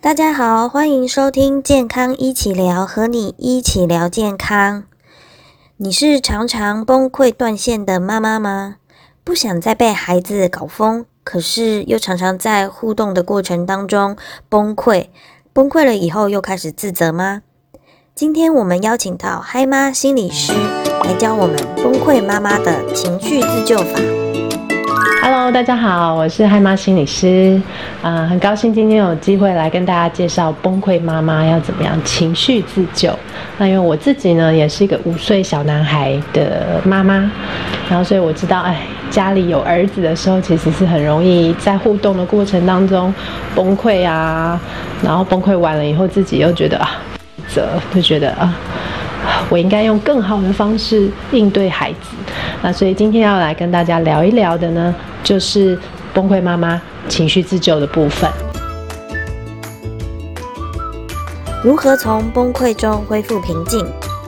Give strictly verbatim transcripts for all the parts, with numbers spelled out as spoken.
大家好，欢迎收听健康一起聊，和你一起聊健康。你是常常崩溃断线的妈妈吗？不想再被孩子搞疯，可是又常常在互动的过程当中崩溃，崩溃了以后又开始自责吗？今天我们邀请到嗨妈心理师来教我们崩溃妈妈的情绪自救法。 Hello， 大家好，我是嗨妈心理师，呃，很高兴今天有机会来跟大家介绍崩溃妈妈要怎么样情绪自救。那因为我自己呢，也是一个五岁小男孩的妈妈，然后所以我知道，哎，家里有儿子的时候，其实是很容易在互动的过程当中崩溃啊，然后崩溃完了以后，自己又觉得啊，责就觉得啊。我应该用更好的方式应对孩子，那所以今天要来跟大家聊一聊的呢，就是崩溃妈妈情绪自救的部分。 如何从崩溃中恢复平静？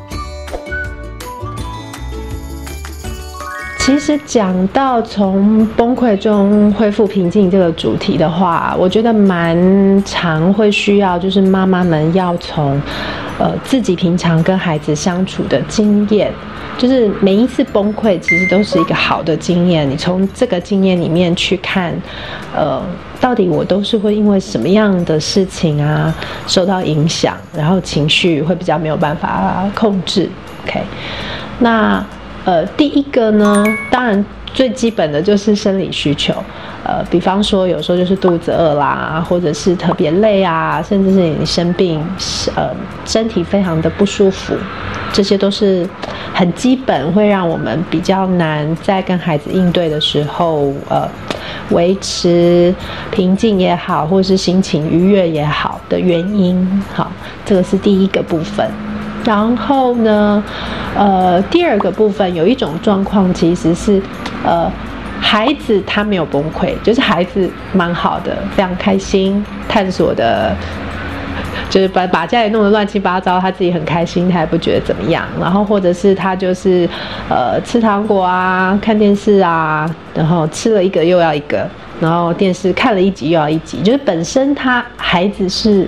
其实讲到从崩溃中恢复平静这个主题的话，我觉得蛮常会需要，就是妈妈们要从呃自己平常跟孩子相处的经验，就是每一次崩溃其实都是一个好的经验。你从这个经验里面去看，呃，到底我都是会因为什么样的事情啊受到影响，然后情绪会比较没有办法控制。OK， 那。呃，第一个呢，当然最基本的就是生理需求，呃，比方说有时候就是肚子饿啦，或者是特别累啊，甚至是你生病，呃，身体非常的不舒服，这些都是很基本，会让我们比较难在跟孩子应对的时候，呃，维持平静也好，或是心情愉悦也好的原因。好，这个是第一个部分。然后呢，呃，第二个部分有一种状况其实是，呃，孩子他没有崩溃，就是孩子蛮好的，非常开心，探索的，就是把把家里弄得乱七八糟，他自己很开心，他也不觉得怎么样。然后或者是他就是呃吃糖果啊，看电视啊，然后吃了一个又要一个，然后电视看了一集又要一集，就是本身他孩子是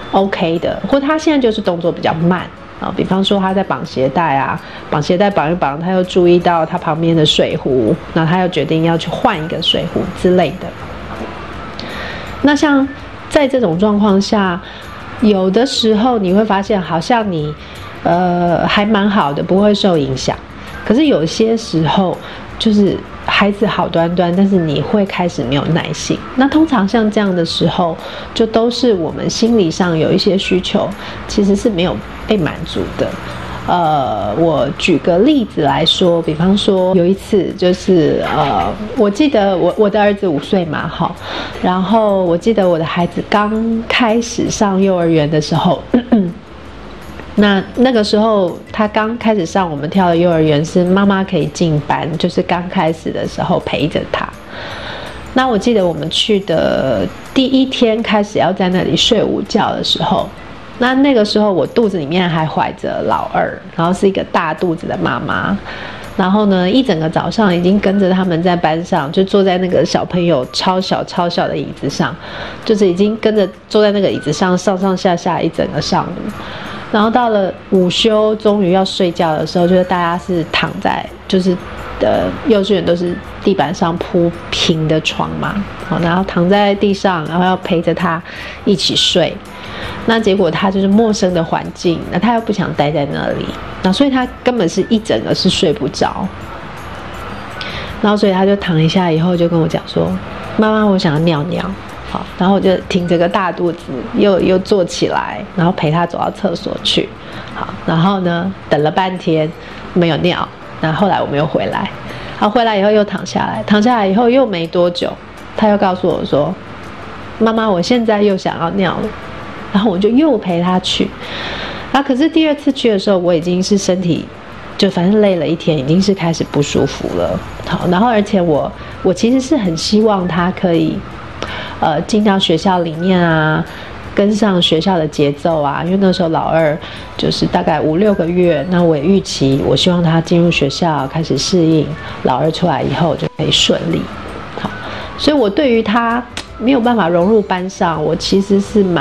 OK 的，或他现在就是动作比较慢。啊，比方说他在绑鞋带啊，绑鞋带绑一绑，他又注意到他旁边的水壶，那他又决定要去换一个水壶之类的。那像在这种状况下，有的时候你会发现，好像你呃还蛮好的，不会受影响。可是有些时候，就是孩子好端端，但是你会开始没有耐性。那通常像这样的时候，就都是我们心理上有一些需求，其实是没有被满足的。呃，我举个例子来说，比方说有一次就是呃，我记得我我的儿子五岁嘛，好，然后我记得我的孩子刚开始上幼儿园的时候。咳咳那那个时候，他刚开始上我们跳的幼儿园是妈妈可以进班，就是刚开始的时候陪着他。那我记得我们去的第一天开始要在那里睡午觉的时候，那那个时候我肚子里面还怀着老二，然后是一个大肚子的妈妈。然后呢，一整个早上已经跟着他们在班上，就坐在那个小朋友超小超小的椅子上，就是已经跟着坐在那个椅子上上上下下一整个上午。然后到了午休，终于要睡觉的时候，就是大家是躺在，就是呃，幼稚园都是地板上铺平的床嘛，好，然后躺在地上，然后要陪着他一起睡。那结果他就是陌生的环境，那他又不想待在那里，那所以他根本是一整个是睡不着。然后所以他就躺一下以后就跟我讲说：“妈妈，我想要尿尿。”好，然后我就挺着个大肚子，又又坐起来，然后陪他走到厕所去。好，然后呢，等了半天没有尿，然后后来我们又回来，好，回来以后又躺下来，躺下来以后又没多久，他又告诉我说：“妈妈，我现在又想要尿了。”然后我就又陪他去。然后可是第二次去的时候，我已经是身体就反正累了一天，已经是开始不舒服了。好，然后而且我我其实是很希望他可以。呃，进到学校里面啊，跟上学校的节奏啊，因为那时候老二就是大概五六个月，那我也预期，我希望他进入学校开始适应，老二出来以后就可以顺利。好，所以我对于他没有办法融入班上，我其实是蛮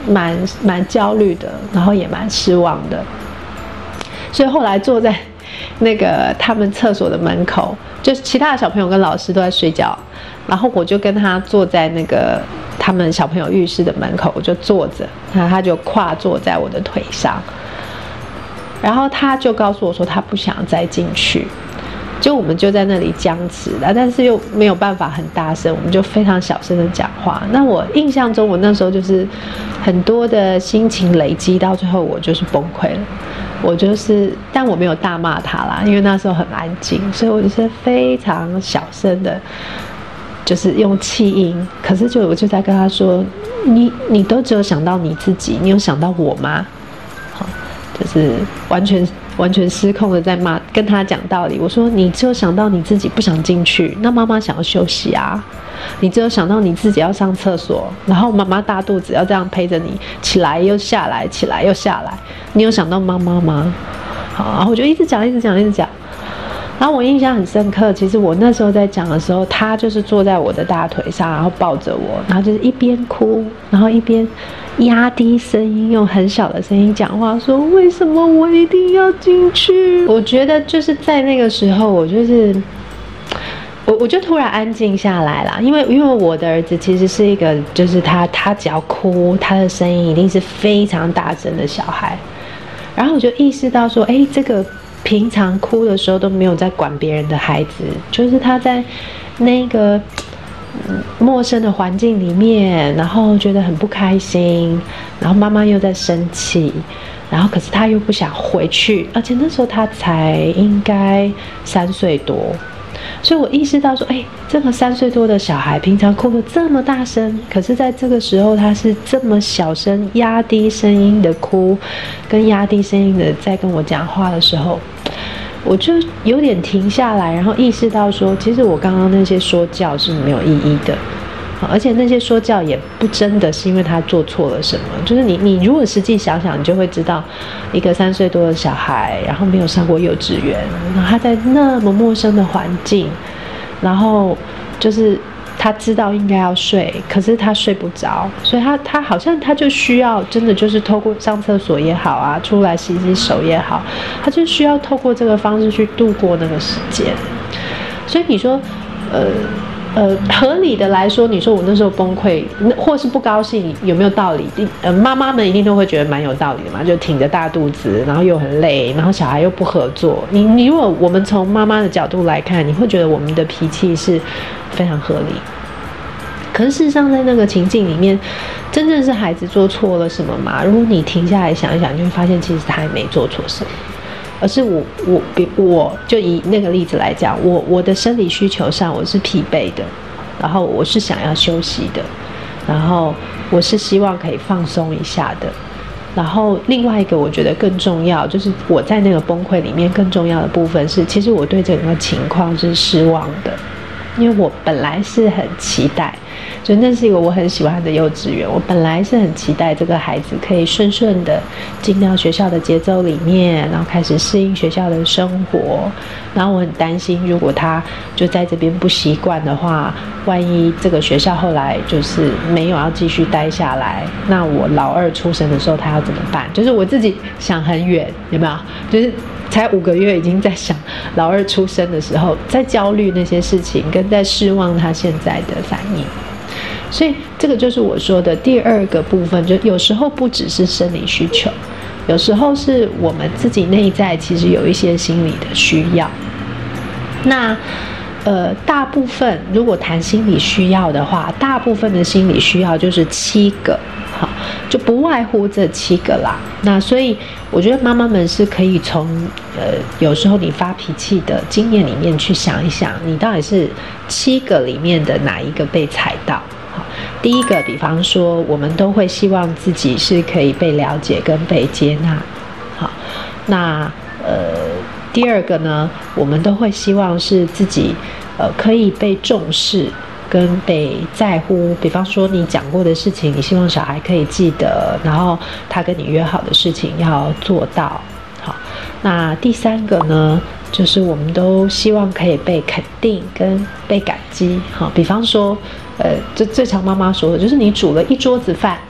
蛮蛮焦虑的，然后也蛮失望的。所以后来坐在那个他们厕所的门口，就其他的小朋友跟老师都在睡觉，然后我就跟他坐在那个他们小朋友浴室的门口，我就坐着，然后他就跨坐在我的腿上，然后他就告诉我说他不想再进去。就我们就在那里僵持了，但是又没有办法很大声，我们就非常小声的讲话。那我印象中，我那时候就是很多的心情累积到最后，我就是崩溃了。我就是，但我没有大骂他啦，因为那时候很安静，所以我就是非常小声的，就是用气音。可是就我就在跟他说：“你你都只有想到你自己，你有想到我吗？”好，就是完全。完全失控的在骂，跟他讲道理。我说你只有想到你自己不想进去，那妈妈想要休息啊。你只有想到你自己要上厕所，然后妈妈大肚子要这样陪着你起来又下来，起来又下来。你有想到妈妈吗？好，然后我就一直讲，一直讲，一直讲。然后我印象很深刻，其实我那时候在讲的时候，他就是坐在我的大腿上，然后抱着我，然后就是一边哭，然后一边压低声音，用很小的声音讲话，说为什么我一定要进去？我觉得就是在那个时候，我就是我我就突然安静下来啦，因为因为我的儿子其实是一个，就是他他只要哭，他的声音一定是非常大声的小孩，然后我就意识到说，哎，这个。平常哭的时候都没有在管别人的孩子，就是他在那个陌生的环境里面，然后觉得很不开心，然后妈妈又在生气，然后可是他又不想回去，而且那时候他才应该三岁多，所以我意识到说，哎，这个三岁多的小孩平常哭得这么大声，可是在这个时候他是这么小声、压低声音的哭，跟压低声音的在跟我讲话的时候。我就有点停下来，然后意识到说，其实我刚刚那些说教是没有意义的，而且那些说教也不真的是因为他做错了什么，就是你你如果实际想想，你就会知道，一个三岁多的小孩，然后没有上过幼稚园，然后他在那么陌生的环境，然后就是他知道应该要睡，可是他睡不着，所以他他好像他就需要真的就是透过上厕所也好啊，出来洗洗手也好，他就需要透过这个方式去度过那个时间。所以你说，呃呃，合理的来说，你说我那时候崩溃或是不高兴，有没有道理？呃，妈妈们一定都会觉得蛮有道理的嘛，就挺着大肚子，然后又很累，然后小孩又不合作。你你如果我们从妈妈的角度来看，你会觉得我们的脾气是非常合理。可是事实上，在那个情境里面，真正是孩子做错了什么吗？如果你停下来想一想，你就会发现，其实他也没做错什么，而是我我比我就以那个例子来讲，我我的生理需求上我是疲惫的，然后我是想要休息的，然后我是希望可以放松一下的。然后另外一个我觉得更重要，就是我在那个崩溃里面更重要的部分是，其实我对整个情况是失望的，因为我本来是很期待。就那是一个我很喜欢的幼稚园，我本来是很期待这个孩子可以顺顺的进到学校的节奏里面，然后开始适应学校的生活。然后我很担心，如果他就在这边不习惯的话，万一这个学校后来就是没有要继续待下来，那我老二出生的时候他要怎么办？就是我自己想很远，有没有？就是才五个月已经在想老二出生的时候，在焦虑那些事情，跟在失望他现在的反应。所以这个就是我说的第二个部分，就有时候不只是生理需求，有时候是我们自己内在其实有一些心理的需要。那呃，大部分如果谈心理需要的话，大部分的心理需要就是七个，好，就不外乎这七个啦。那所以我觉得妈妈们是可以从呃有时候你发脾气的经验里面去想一想，你到底是七个里面的哪一个被踩到。好，第一个，比方说，我们都会希望自己是可以被了解跟被接纳。好，那呃，第二个呢，我们都会希望是自己呃可以被重视跟被在乎。比方说，你讲过的事情，你希望小孩可以记得，然后他跟你约好的事情要做到。好，那第三个呢，就是我们都希望可以被肯定跟被感激。好，比方说。呃，就最常妈妈说的就是你煮了一桌子饭，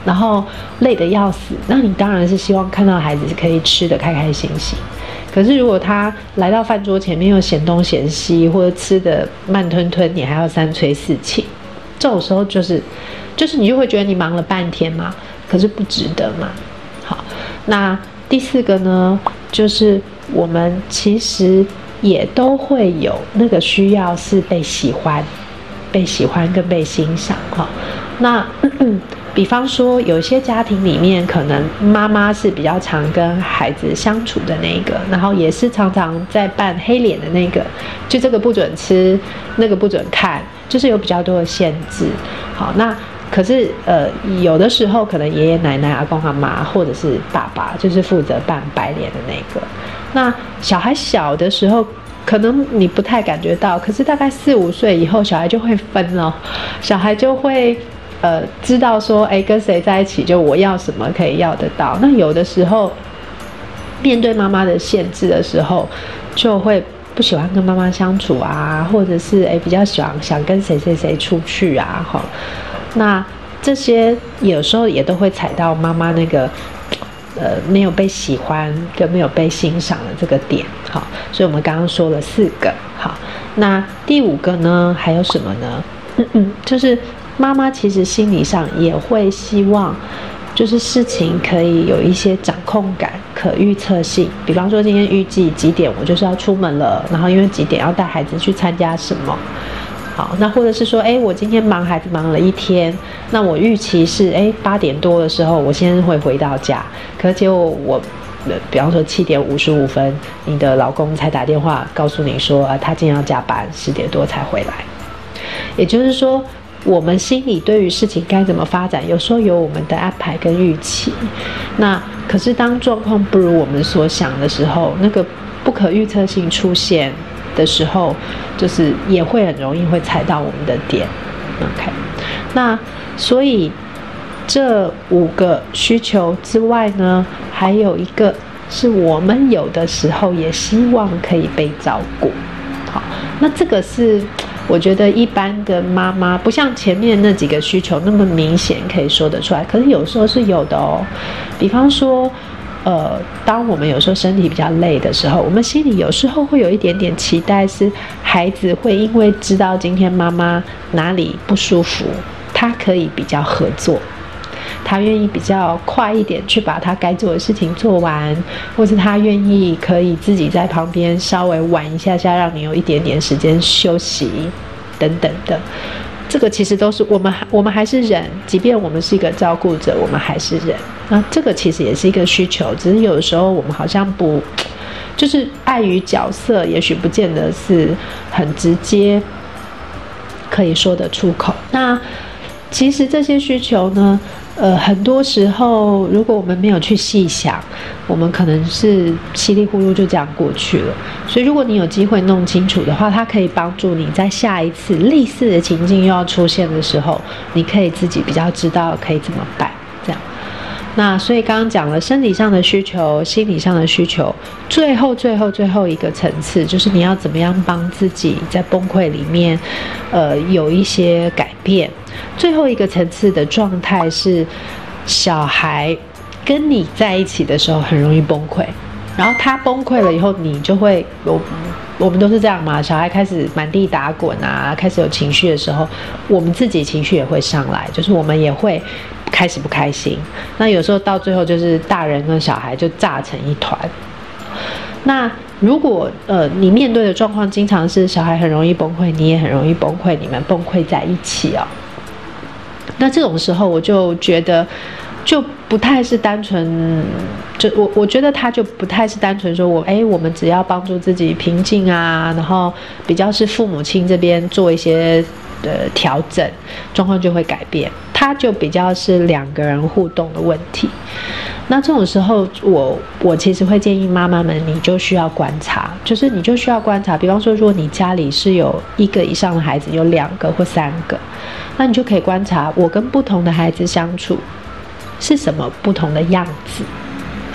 然后累得要死，那你当然是希望看到孩子可以吃得开开心心。可是如果他来到饭桌前面又嫌东嫌西，或者吃得慢吞吞，你还要三催四请，这种时候就是就是你就会觉得你忙了半天嘛，可是不值得嘛。好，那第四个呢，就是我们其实也都会有那个需要是被喜欢被喜欢跟被欣赏哈。那咳咳比方说有些家庭里面可能妈妈是比较常跟孩子相处的那个，然后也是常常在扮黑脸的那个，就这个不准吃那个不准看，就是有比较多的限制。好，那可是呃有的时候可能爷爷奶奶阿公阿妈或者是爸爸就是负责扮白脸的那个。那小孩小的时候可能你不太感觉到，可是大概四五岁以后小孩就会分了，小孩就会呃知道说哎跟谁在一起就我要什么可以要得到。那有的时候面对妈妈的限制的时候就会不喜欢跟妈妈相处啊，或者是哎比较喜欢想跟谁谁谁出去啊哈。那这些有时候也都会踩到妈妈那个呃没有被喜欢跟没有被欣赏的这个点。好，所以我们刚刚说了四个。好，那第五个呢还有什么呢？嗯嗯，就是妈妈其实心理上也会希望就是事情可以有一些掌控感、可预测性。比方说今天预计几点我就是要出门了，然后因为几点要带孩子去参加什么。好，那或者是说哎我今天忙孩子忙了一天，那我预期是哎八点多的时候我先会回到家，可是结果我比方说七点五十五分你的老公才打电话告诉你说、啊、他今天要加班，十点多才回来。也就是说我们心里对于事情该怎么发展有时候有我们的安排跟预期，那可是当状况不如我们所想的时候，那个不可预测性出现的时候，就是也会很容易会踩到我们的点。 OK， 那所以这五个需求之外呢，还有一个是我们有的时候也希望可以被照顾。好，那这个是我觉得一般的妈妈不像前面那几个需求那么明显可以说得出来，可是有时候是有的哦。比方说呃，当我们有时候身体比较累的时候，我们心里有时候会有一点点期待，是孩子会因为知道今天妈妈哪里不舒服，他可以比较合作，他愿意比较快一点去把他该做的事情做完，或是他愿意可以自己在旁边稍微玩一下下，让你有一点点时间休息等等的。这个其实都是我们我们还是人，即便我们是一个照顾者，我们还是人。那这个其实也是一个需求，只是有的时候我们好像不，就是碍于角色，也许不见得是很直接可以说得出口。那其实这些需求呢，呃，很多时候如果我们没有去细想，我们可能是稀里糊涂就这样过去了。所以如果你有机会弄清楚的话，它可以帮助你在下一次类似的情境又要出现的时候，你可以自己比较知道可以怎么办。这样，那所以刚刚讲了生理上的需求、心理上的需求，最后最后最后一个层次就是你要怎么样帮自己在崩溃里面呃有一些改变。最后一个层次的状态是小孩跟你在一起的时候很容易崩溃，然后他崩溃了以后你就会我我们都是这样嘛，小孩开始满地打滚啊，开始有情绪的时候，我们自己情绪也会上来，就是我们也会开始不开心。那有时候到最后就是大人跟小孩就炸成一团。那如果呃你面对的状况经常是小孩很容易崩溃，你也很容易崩溃，你们崩溃在一起哦，那这种时候我就觉得就不太是单纯，就我我觉得他就不太是单纯说我哎我们只要帮助自己平静啊，然后比较是父母亲这边做一些呃调整，状况就会改变，他就比较是两个人互动的问题。那这种时候我我其实会建议妈妈们，你就需要观察，就是你就需要观察，比方说如果你家里是有一个以上的孩子，有两个或三个，那你就可以观察我跟不同的孩子相处是什么不同的样子。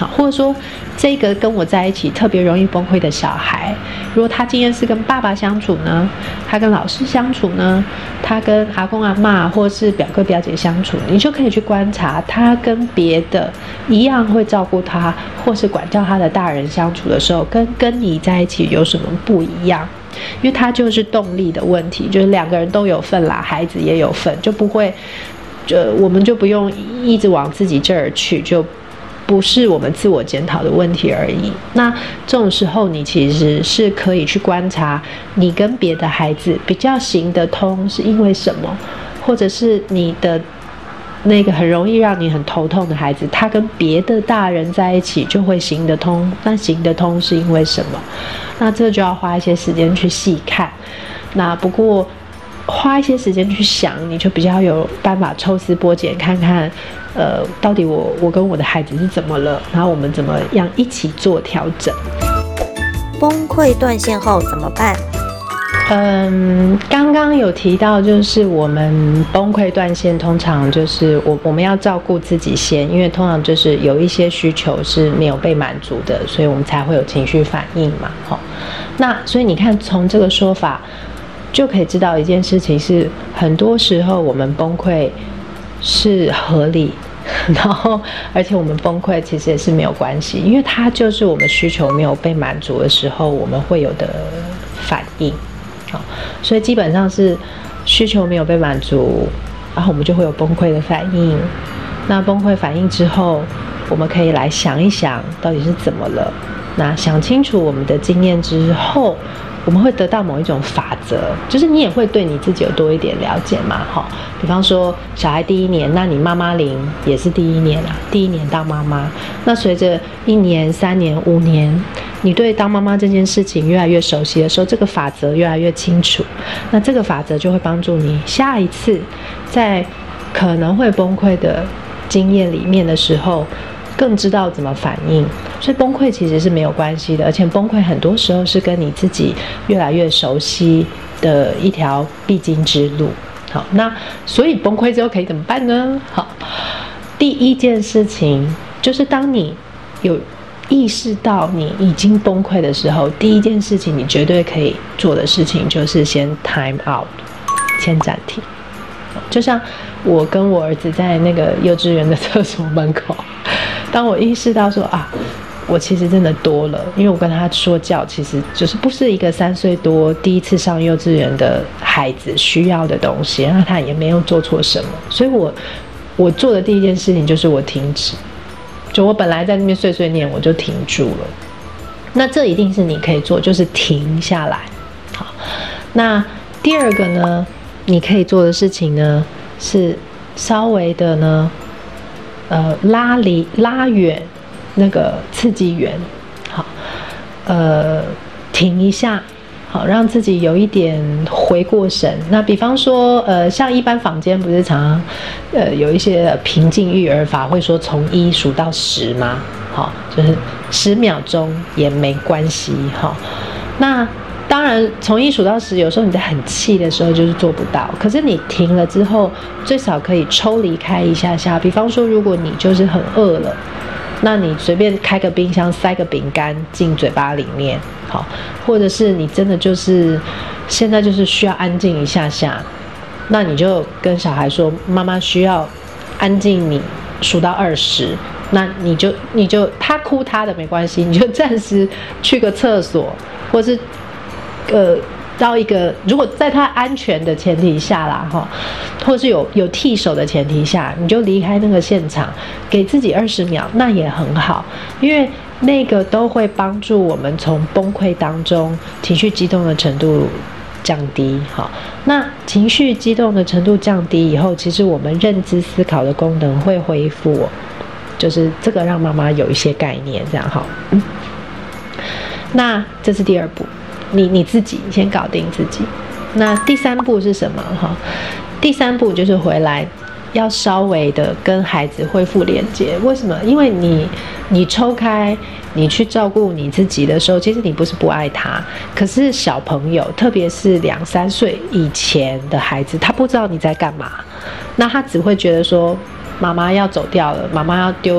好，或者说这个跟我在一起特别容易崩溃的小孩，如果他今天是跟爸爸相处呢，他跟老师相处呢，他跟阿公阿嬷或是表哥表姐相处，你就可以去观察他跟别的一样会照顾他或是管教他的大人相处的时候，跟跟你在一起有什么不一样。因为他就是动力的问题，就是两个人都有份啦，孩子也有份，就不会就我们就不用一直往自己这儿去，就不是我们自我检讨的问题而已。那这种时候你其实是可以去观察你跟别的孩子比较行得通是因为什么，或者是你的那个很容易让你很头痛的孩子，他跟别的大人在一起就会行得通，那行得通是因为什么？那这就要花一些时间去细看。那不过花一些时间去想，你就比较有办法抽丝剥茧，看看呃，到底我我跟我的孩子是怎么了，然后我们怎么样一起做调整。 崩溃断线后怎么办？ 嗯，刚刚有提到，就是我们崩溃断线，通常就是我我们要照顾自己先，因为通常就是有一些需求是没有被满足的，所以我们才会有情绪反应嘛。齁，那所以你看，从这个说法就可以知道一件事情是，很多时候我们崩溃是合理，然后而且我们崩溃其实也是没有关系，因为它就是我们需求没有被满足的时候我们会有的反应。好，所以基本上是需求没有被满足，然后我们就会有崩溃的反应。那崩溃反应之后，我们可以来想一想到底是怎么了。那想清楚我们的经验之后，我们会得到某一种法则，就是你也会对你自己有多一点了解嘛。好，比方说小孩第一年，那你妈妈龄也是第一年啊，第一年当妈妈。那随着一年、三年、五年，你对当妈妈这件事情越来越熟悉的时候，这个法则越来越清楚。那这个法则就会帮助你下一次在可能会崩溃的经验里面的时候，更知道怎么反应。所以崩溃其实是没有关系的，而且崩溃很多时候是跟你自己越来越熟悉的一条必经之路。好，那所以崩溃之后可以怎么办呢？好，第一件事情就是当你有意识到你已经崩溃的时候，第一件事情你绝对可以做的事情就是先 time out， 先暂停。就像我跟我儿子在那个幼稚园的厕所门口，当我意识到说啊，我其实真的多了，因为我跟他说教，其实就是不是一个三岁多第一次上幼稚园的孩子需要的东西，那他也没有做错什么，所以我我做的第一件事情就是我停止，就我本来在那边碎碎念，我就停住了。那这一定是你可以做，就是停下来。好，那第二个呢，你可以做的事情呢，是稍微的呢，呃，拉离拉远那个刺激源。好，呃，停一下。好，让自己有一点回过神。那比方说，呃，像一般坊间不是常常，呃，有一些平静育儿法会说从一数到十吗？好，就是十秒钟也没关系。好，那当然从一数到十，有时候你在很气的时候就是做不到。可是你停了之后，最少可以抽离开一下下。比方说，如果你就是很饿了。那你随便开个冰箱塞个饼干进嘴巴里面，好，或者是你真的就是现在就是需要安静一下下，那你就跟小孩说，妈妈需要安静，你数到二十，那你就你就他哭他的没关系，你就暂时去个厕所，或是呃。到一个，如果在他安全的前提下啦，哈，或是有有替手的前提下，你就离开那个现场，给自己二十秒，那也很好，因为那个都会帮助我们从崩溃当中情绪激动的程度降低。好，那情绪激动的程度降低以后，其实我们认知思考的功能会恢复，就是这个让妈妈有一些概念，这样哈。嗯，那这是第二步。你你自己先搞定自己。那第三步是什么？哈，第三步就是回来，要稍微的跟孩子恢复连接。为什么？因为你你抽开，你去照顾你自己的时候，其实你不是不爱他，可是小朋友，特别是两三岁以前的孩子，他不知道你在干嘛，那他只会觉得说，妈妈要走掉了，妈妈要丢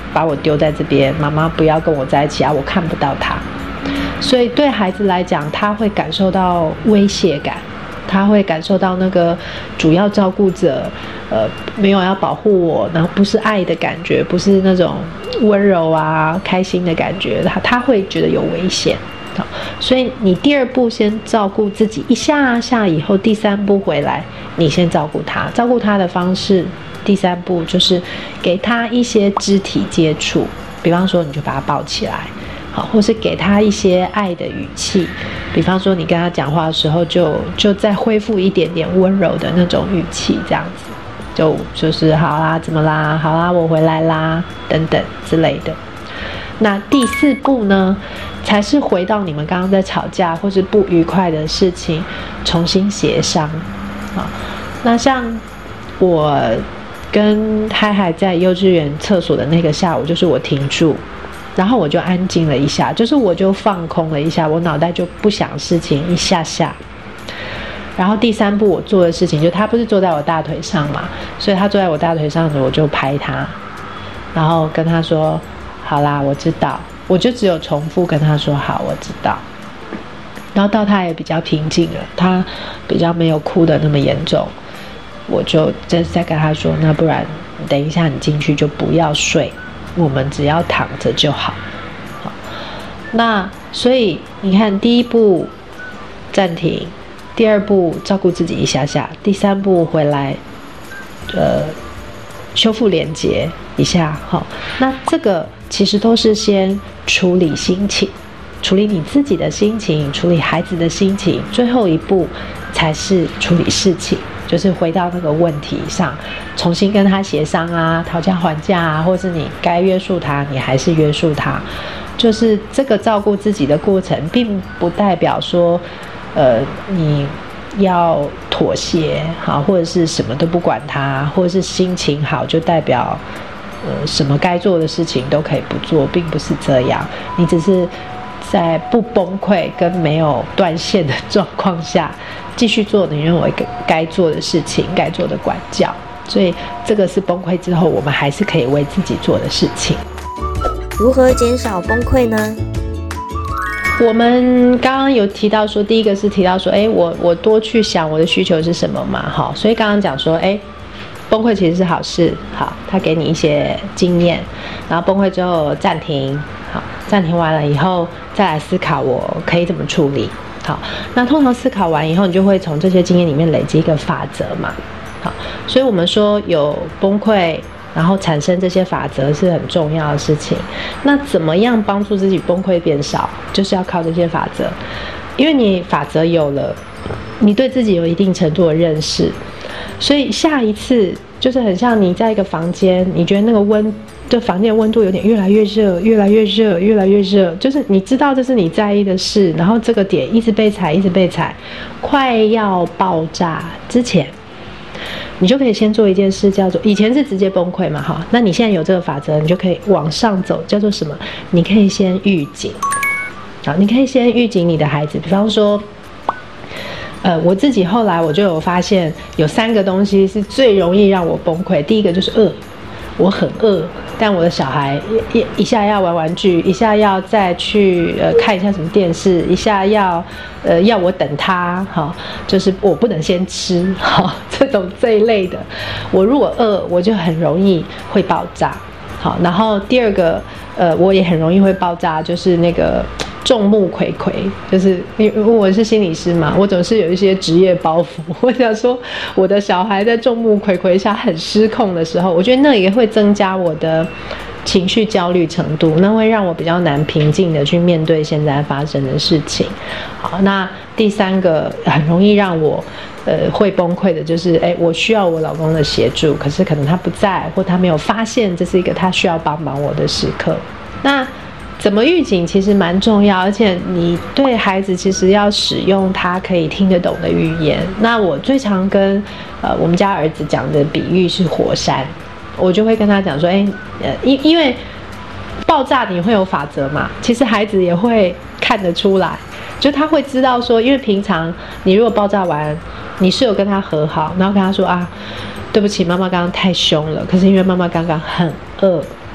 把我丢在这边，妈妈不要跟我在一起啊，我看不到他。所以对孩子来讲，他会感受到威胁感，他会感受到那个主要照顾者，呃，没有要保护我，然后不是爱的感觉，不是那种温柔啊、开心的感觉，他他会觉得有危险。好，所以你第二步先照顾自己一下下，以后第三步回来，你先照顾他。照顾他的方式，第三步就是给他一些肢体接触，比方说你就把他抱起来。好，或是给他一些爱的语气，比方说你跟他讲话的时候就，就就再恢复一点点温柔的那种语气，这样子，就就是好啦，怎么啦？好啦，我回来啦，等等之类的。那第四步呢，才是回到你们刚刚在吵架或是不愉快的事情，重新协商。啊，那像我跟嗨嗨在幼稚园厕所的那个下午，就是我停住。然后我就安静了一下，就是我就放空了一下，我脑袋就不想事情一下下。然后第三步我做的事情，就他不是坐在我大腿上嘛，所以他坐在我大腿上的，我就拍他，然后跟他说：“好啦，我知道。”我就只有重复跟他说：“好，我知道。”然后到他也比较平静了，他比较没有哭的那么严重，我就再再跟他说：“那不然等一下你进去就不要睡。”我们只要躺着就好。好，那所以你看，第一步暂停，第二步照顾自己一下下，第三步回来，呃，修复连结一下。好，那这个其实都是先处理心情，处理你自己的心情，处理孩子的心情，最后一步才是处理事情。就是回到那个问题上，重新跟他协商啊，讨价还价啊，或是你该约束他，你还是约束他。就是这个照顾自己的过程，并不代表说，呃，你要妥协好，或者是什么都不管他，或者是心情好就代表，呃，什么该做的事情都可以不做，并不是这样。你只是在不崩溃跟没有断线的状况下，继续做你认为该做的事情，该做的管教。所以这个是崩溃之后我们还是可以为自己做的事情。 如何减少崩溃呢？ 我们刚刚有提到说，第一个是提到说，哎，我我多去想我的需求是什么嘛，好，所以刚刚讲说，哎，崩溃其实是好事，好，他给你一些经验，然后崩溃之后暂停，好，暂停完了以后再来思考我可以怎么处理，好，那通常思考完以后，你就会从这些经验里面累积一个法则嘛，好，所以我们说有崩溃，然后产生这些法则是很重要的事情。那怎么样帮助自己崩溃变少，就是要靠这些法则，因为你法则有了，你对自己有一定程度的认识，所以下一次就是很像你在一个房间，你觉得那个温就房间温度有点越来越热，越来越热，越来越热，就是你知道这是你在意的事，然后这个点一直被踩，一直被踩，快要爆炸之前，你就可以先做一件事，叫做以前是直接崩溃嘛，哈，那你现在有这个法则，你就可以往上走，叫做什么？你可以先预警，好，你可以先预警你的孩子，比方说。呃，我自己后来我就有发现，有三个东西是最容易让我崩溃。第一个就是饿，我很饿，但我的小孩一一一下要玩玩具，一下要再去呃看一下什么电视，一下要呃要我等他，好，就是我不能先吃，好，这种这一类的，我如果饿，我就很容易会爆炸，好，然后第二个呃我也很容易会爆炸，就是那个。众目睽睽，就是因为我是心理师嘛，我总是有一些职业包袱。我想说，我的小孩在众目睽睽下很失控的时候，我觉得那也会增加我的情绪焦虑程度，那会让我比较难平静的去面对现在发生的事情。好，那第三个很容易让我呃会崩溃的就是，哎，我需要我老公的协助，可是可能他不在，或他没有发现这是一个他需要帮忙我的时刻。那怎么预警其实蛮重要，而且你对孩子其实要使用他可以听得懂的语言。那我最常跟呃我们家儿子讲的比喻是火山，我就会跟他讲说，哎，呃，因因为爆炸你会有法则嘛，其实孩子也会看得出来，就他会知道说，因为平常你如果爆炸完，你是有跟他和好，然后跟他说啊，对不起，妈妈刚刚太凶了，可是因为妈妈刚刚很饿。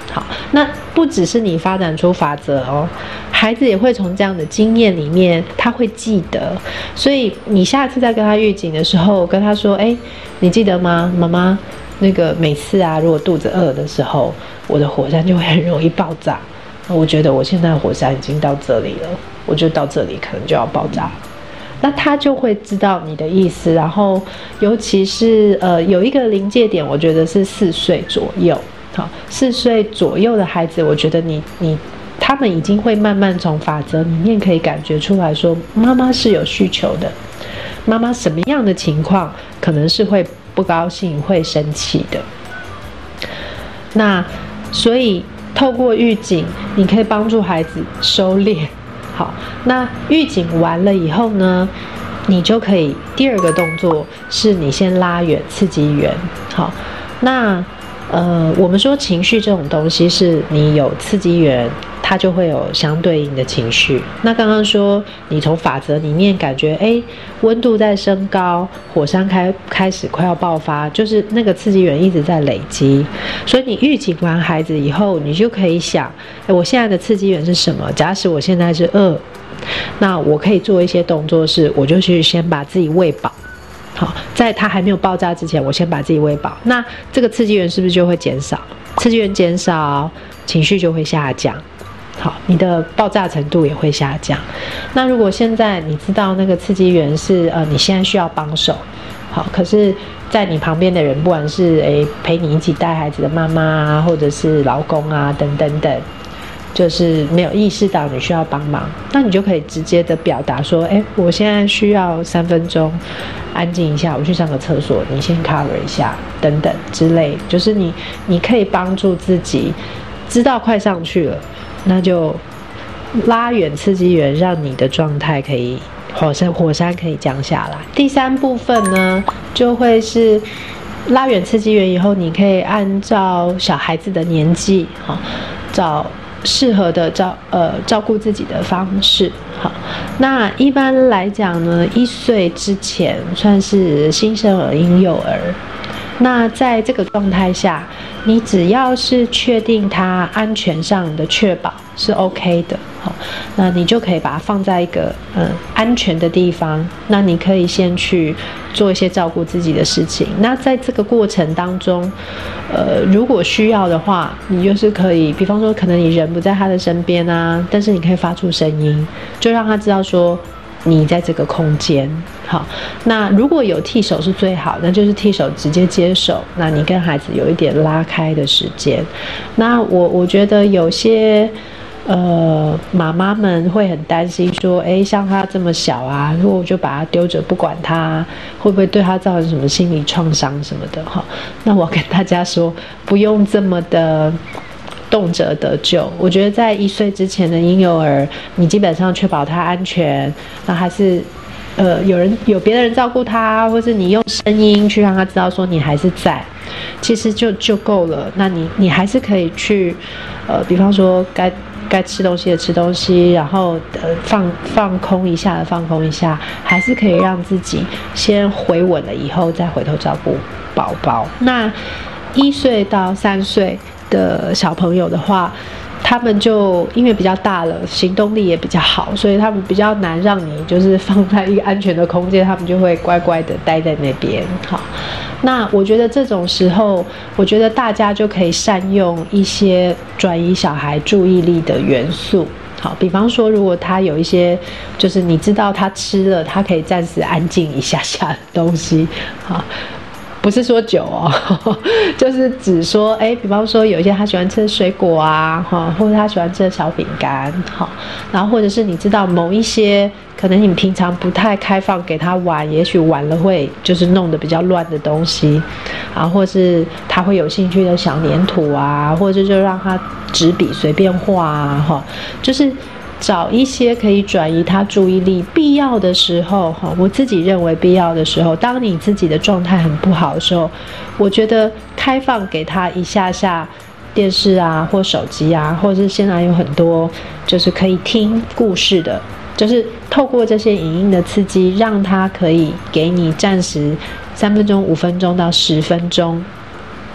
好，那不只是你发展出法则哦，孩子也会从这样的经验里面，他会记得。所以你下次再跟他预警的时候，跟他说：“哎，你记得吗？妈妈，那个每次啊，如果肚子饿的时候，我的火山就会很容易爆炸。我觉得我现在火山已经到这里了，我就到这里可能就要爆炸。”那他就会知道你的意思。然后，尤其是呃，有一个临界点，我觉得是四岁左右。好，四岁左右的孩子，我觉得你你他们已经会慢慢从法则里面可以感觉出来说，妈妈是有需求的，妈妈什么样的情况可能是会不高兴、会生气的。那所以透过预警，你可以帮助孩子收敛。好，那预警完了以后呢，你就可以第二个动作是你先拉远刺激源。好，那。呃，我们说情绪这种东西，是你有刺激源，它就会有相对应的情绪。那刚刚说，你从法则里面感觉，哎，温度在升高，火山开开始快要爆发，就是那个刺激源一直在累积。所以你预警完孩子以后，你就可以想，哎，我现在的刺激源是什么？假使我现在是饿，那我可以做一些动作是，我就去先把自己喂饱。好，在它还没有爆炸之前，我先把自己喂饱，那这个刺激源是不是就会减少？刺激源减少，情绪就会下降。好，你的爆炸程度也会下降。那如果现在你知道那个刺激源是呃，你现在需要帮手，好，可是在你旁边的人，不管是诶陪你一起带孩子的妈妈啊，或者是老公啊，等等等。就是没有意识到你需要帮忙，那你就可以直接的表达说，哎，我现在需要三分钟安静一下，我去上个厕所，你先 cover 一下，等等之类。就是你你可以帮助自己知道快上去了，那就拉远刺激源，让你的状态可以火山火山可以降下来。第三部分呢，就会是拉远刺激源以后，你可以按照小孩子的年纪，好找适合的照呃照顾自己的方式。好，那一般来讲呢，一岁之前算是新生儿、婴幼儿。那在这个状态下，你只要是确定它安全上的确保是 OK 的，好，那你就可以把它放在一个嗯安全的地方。那你可以先去做一些照顾自己的事情。那在这个过程当中，呃，如果需要的话，你就是可以，比方说，可能你人不在他的身边啊，但是你可以发出声音，就让他知道说你在这个空间。好，那如果有替手是最好，那就是替手直接接手，那你跟孩子有一点拉开的时间。那我我觉得有些呃妈妈们会很担心说，哎，像他这么小啊，如果我就把他丢着不管他，会不会对他造成什么心理创伤什么的？哈，那我跟大家说，不用这么的动辄得救。我觉得在一岁之前的婴幼儿，你基本上确保他安全，那还是呃有人有别的人照顾他，或是你用声音去让他知道说你还是在，其实就就够了。那你你还是可以去呃，比方说该该吃东西的吃东西，然后呃放放空一下的放空一下，还是可以让自己先回稳了以后再回头照顾宝宝。那一岁到三岁的小朋友的话，他们就因为比较大了，行动力也比较好，所以他们比较难让你就是放在一个安全的空间，他们就会乖乖的待在那边。好，那我觉得这种时候，我觉得大家就可以善用一些转移小孩注意力的元素。好，比方说，如果他有一些，就是你知道他吃了，他可以暂时安静一下下的东西，好。不是说酒哦，就是只说，哎，比方说有一些他喜欢吃的水果啊，哈，或者他喜欢吃的小饼干，好，然后或者是你知道某一些可能你平常不太开放给他玩，也许玩了会就是弄得比较乱的东西，啊，或是他会有兴趣的小粘土啊，或者就让他纸笔随便画啊，哈，就是。找一些可以转移他注意力，必要的时候，我自己认为必要的时候，当你自己的状态很不好的时候，我觉得开放给他一下下电视啊，或手机啊，或者是现在有很多就是可以听故事的，就是透过这些影音的刺激，让他可以给你暂时三分钟、五分钟到十分钟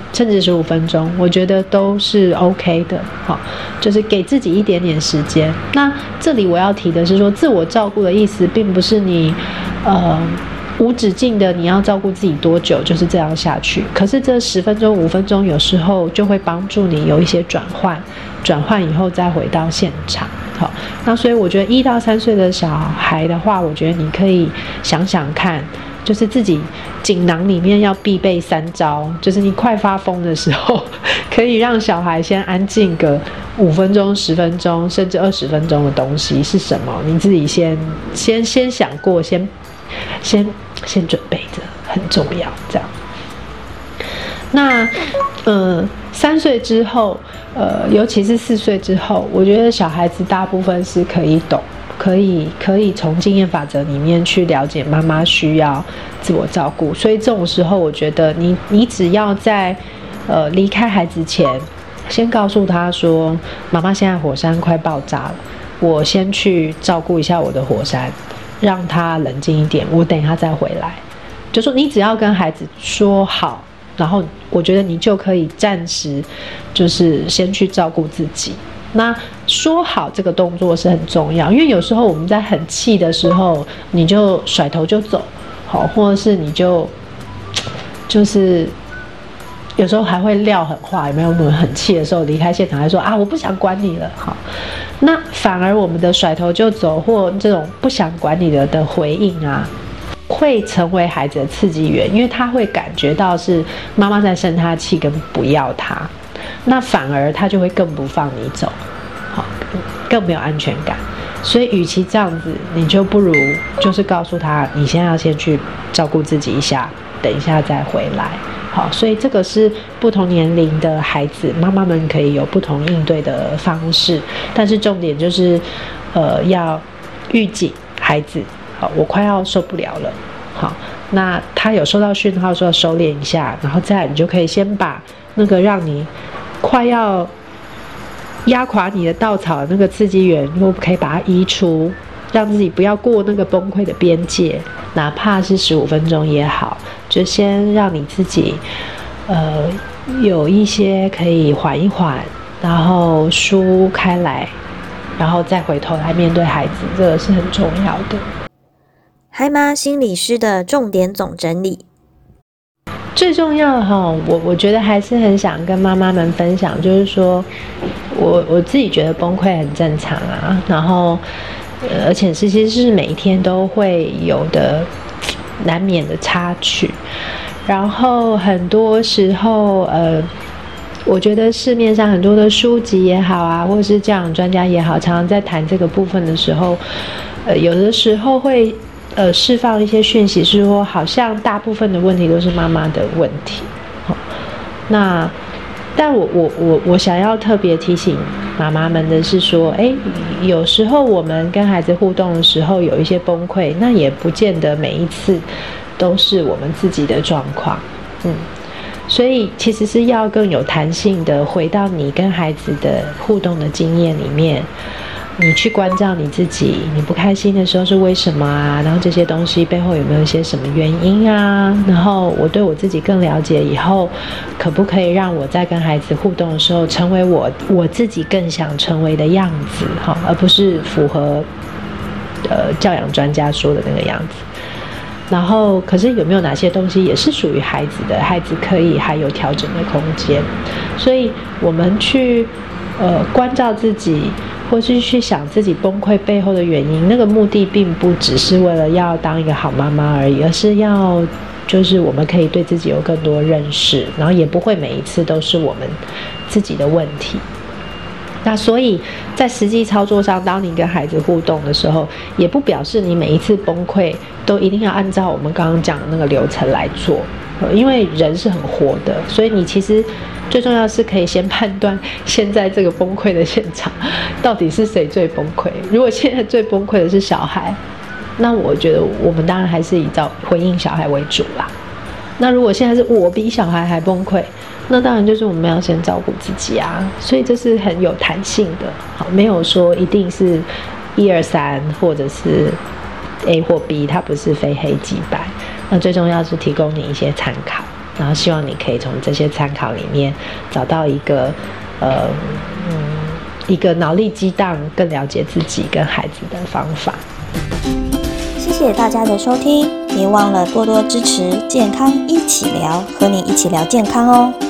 甚至十五分钟，我觉得都是 OK 的。好，就是给自己一点点时间。那这里我要提的是说，自我照顾的意思，并不是你呃无止境的你要照顾自己多久，就是这样下去。可是这十分钟、五分钟，有时候就会帮助你有一些转换，转换以后再回到现场。好，那所以我觉得一到三岁的小孩的话，我觉得你可以想想看，就是自己锦囊里面要必备三招，就是你快发疯的时候，可以让小孩先安静个五分钟、十分钟，甚至二十分钟的东西是什么？你自己先先先想过，先先先准备着，很重要。这样，那呃，三岁之后，呃，尤其是四岁之后，我觉得小孩子大部分是可以懂。可以可以从经验法则里面去了解妈妈需要自我照顾，所以这种时候，我觉得你你只要在呃离开孩子前，先告诉他说，妈妈现在火山快爆炸了，我先去照顾一下我的火山，让他冷静一点，我等一下再回来。就说你只要跟孩子说好，然后我觉得你就可以暂时就是先去照顾自己。那说好这个动作是很重要，因为有时候我们在很气的时候，你就甩头就走，好，或者是你就就是有时候还会撂狠话，有没有？我们很气的时候离开现场，还说啊我不想管你了，好，那反而我们的甩头就走或这种不想管你了的回应啊，会成为孩子的刺激源，因为他会感觉到是妈妈在生他气跟不要他。那反而他就会更不放你走，好，更没有安全感。所以，与其这样子，你就不如就是告诉他，你现在要先去照顾自己一下，等一下再回来。好，所以这个是不同年龄的孩子，妈妈们可以有不同应对的方式，但是重点就是，呃，要预警孩子，好，我快要受不了了，好，那他有收到讯号说要收敛一下，然后再来你就可以先把那个让你快要压垮你的稻草的那个刺激源，如果可以把它移除，让自己不要过那个崩溃的边界，哪怕是十五分钟也好，就先让你自己呃有一些可以缓一缓，然后舒开来，然后再回头来面对孩子，这个是很重要的。 嗨妈心理师的重点总整理。 最重要的哈，我我觉得还是很想跟妈妈们分享，就是说我我自己觉得崩溃很正常啊，然后、呃、而且是其实是每一天都会有的难免的插曲，然后很多时候呃，我觉得市面上很多的书籍也好啊，或者是教养专家也好，常常在谈这个部分的时候，呃，有的时候会。呃，释放一些讯息是说，好像大部分的问题都是妈妈的问题。哦、那，但我我我我想要特别提醒妈妈们的是说，哎，有时候我们跟孩子互动的时候有一些崩溃，那也不见得每一次都是我们自己的状况。嗯，所以其实是要更有弹性的回到你跟孩子的互动的经验里面。你去关照你自己，你不开心的时候是为什么啊？然后这些东西背后有没有一些什么原因啊？然后我对我自己更了解以后，可不可以让我在跟孩子互动的时候，成为我我自己更想成为的样子，哈，而不是符合呃教养专家说的那个样子。然后，可是有没有哪些东西也是属于孩子的？孩子可以还有调整的空间，所以我们去呃关照自己。或是去想自己崩溃背后的原因，那个目的并不只是为了要当一个好妈妈而已，而是要就是我们可以对自己有更多认识，然后也不会每一次都是我们自己的问题。那所以在实际操作上，当你跟孩子互动的时候，也不表示你每一次崩溃都一定要按照我们刚刚讲的那个流程来做，因为人是很活的，所以你其实最重要的是可以先判断现在这个崩溃的现场到底是谁最崩溃。如果现在最崩溃的是小孩，那我觉得我们当然还是以照回应小孩为主啦。那如果现在是我比小孩还崩溃，那当然就是我们要先照顾自己啊。所以这是很有弹性的，好，没有说一定是一二三或者是 A 或 B， 它不是非黑即白。那最重要是提供你一些参考。 然后希望你可以从这些参考里面找到一个呃嗯一个脑力激荡更了解自己跟孩子的方法。 谢谢大家的收听，别忘了多多支持健康一起聊，和你一起聊健康哦。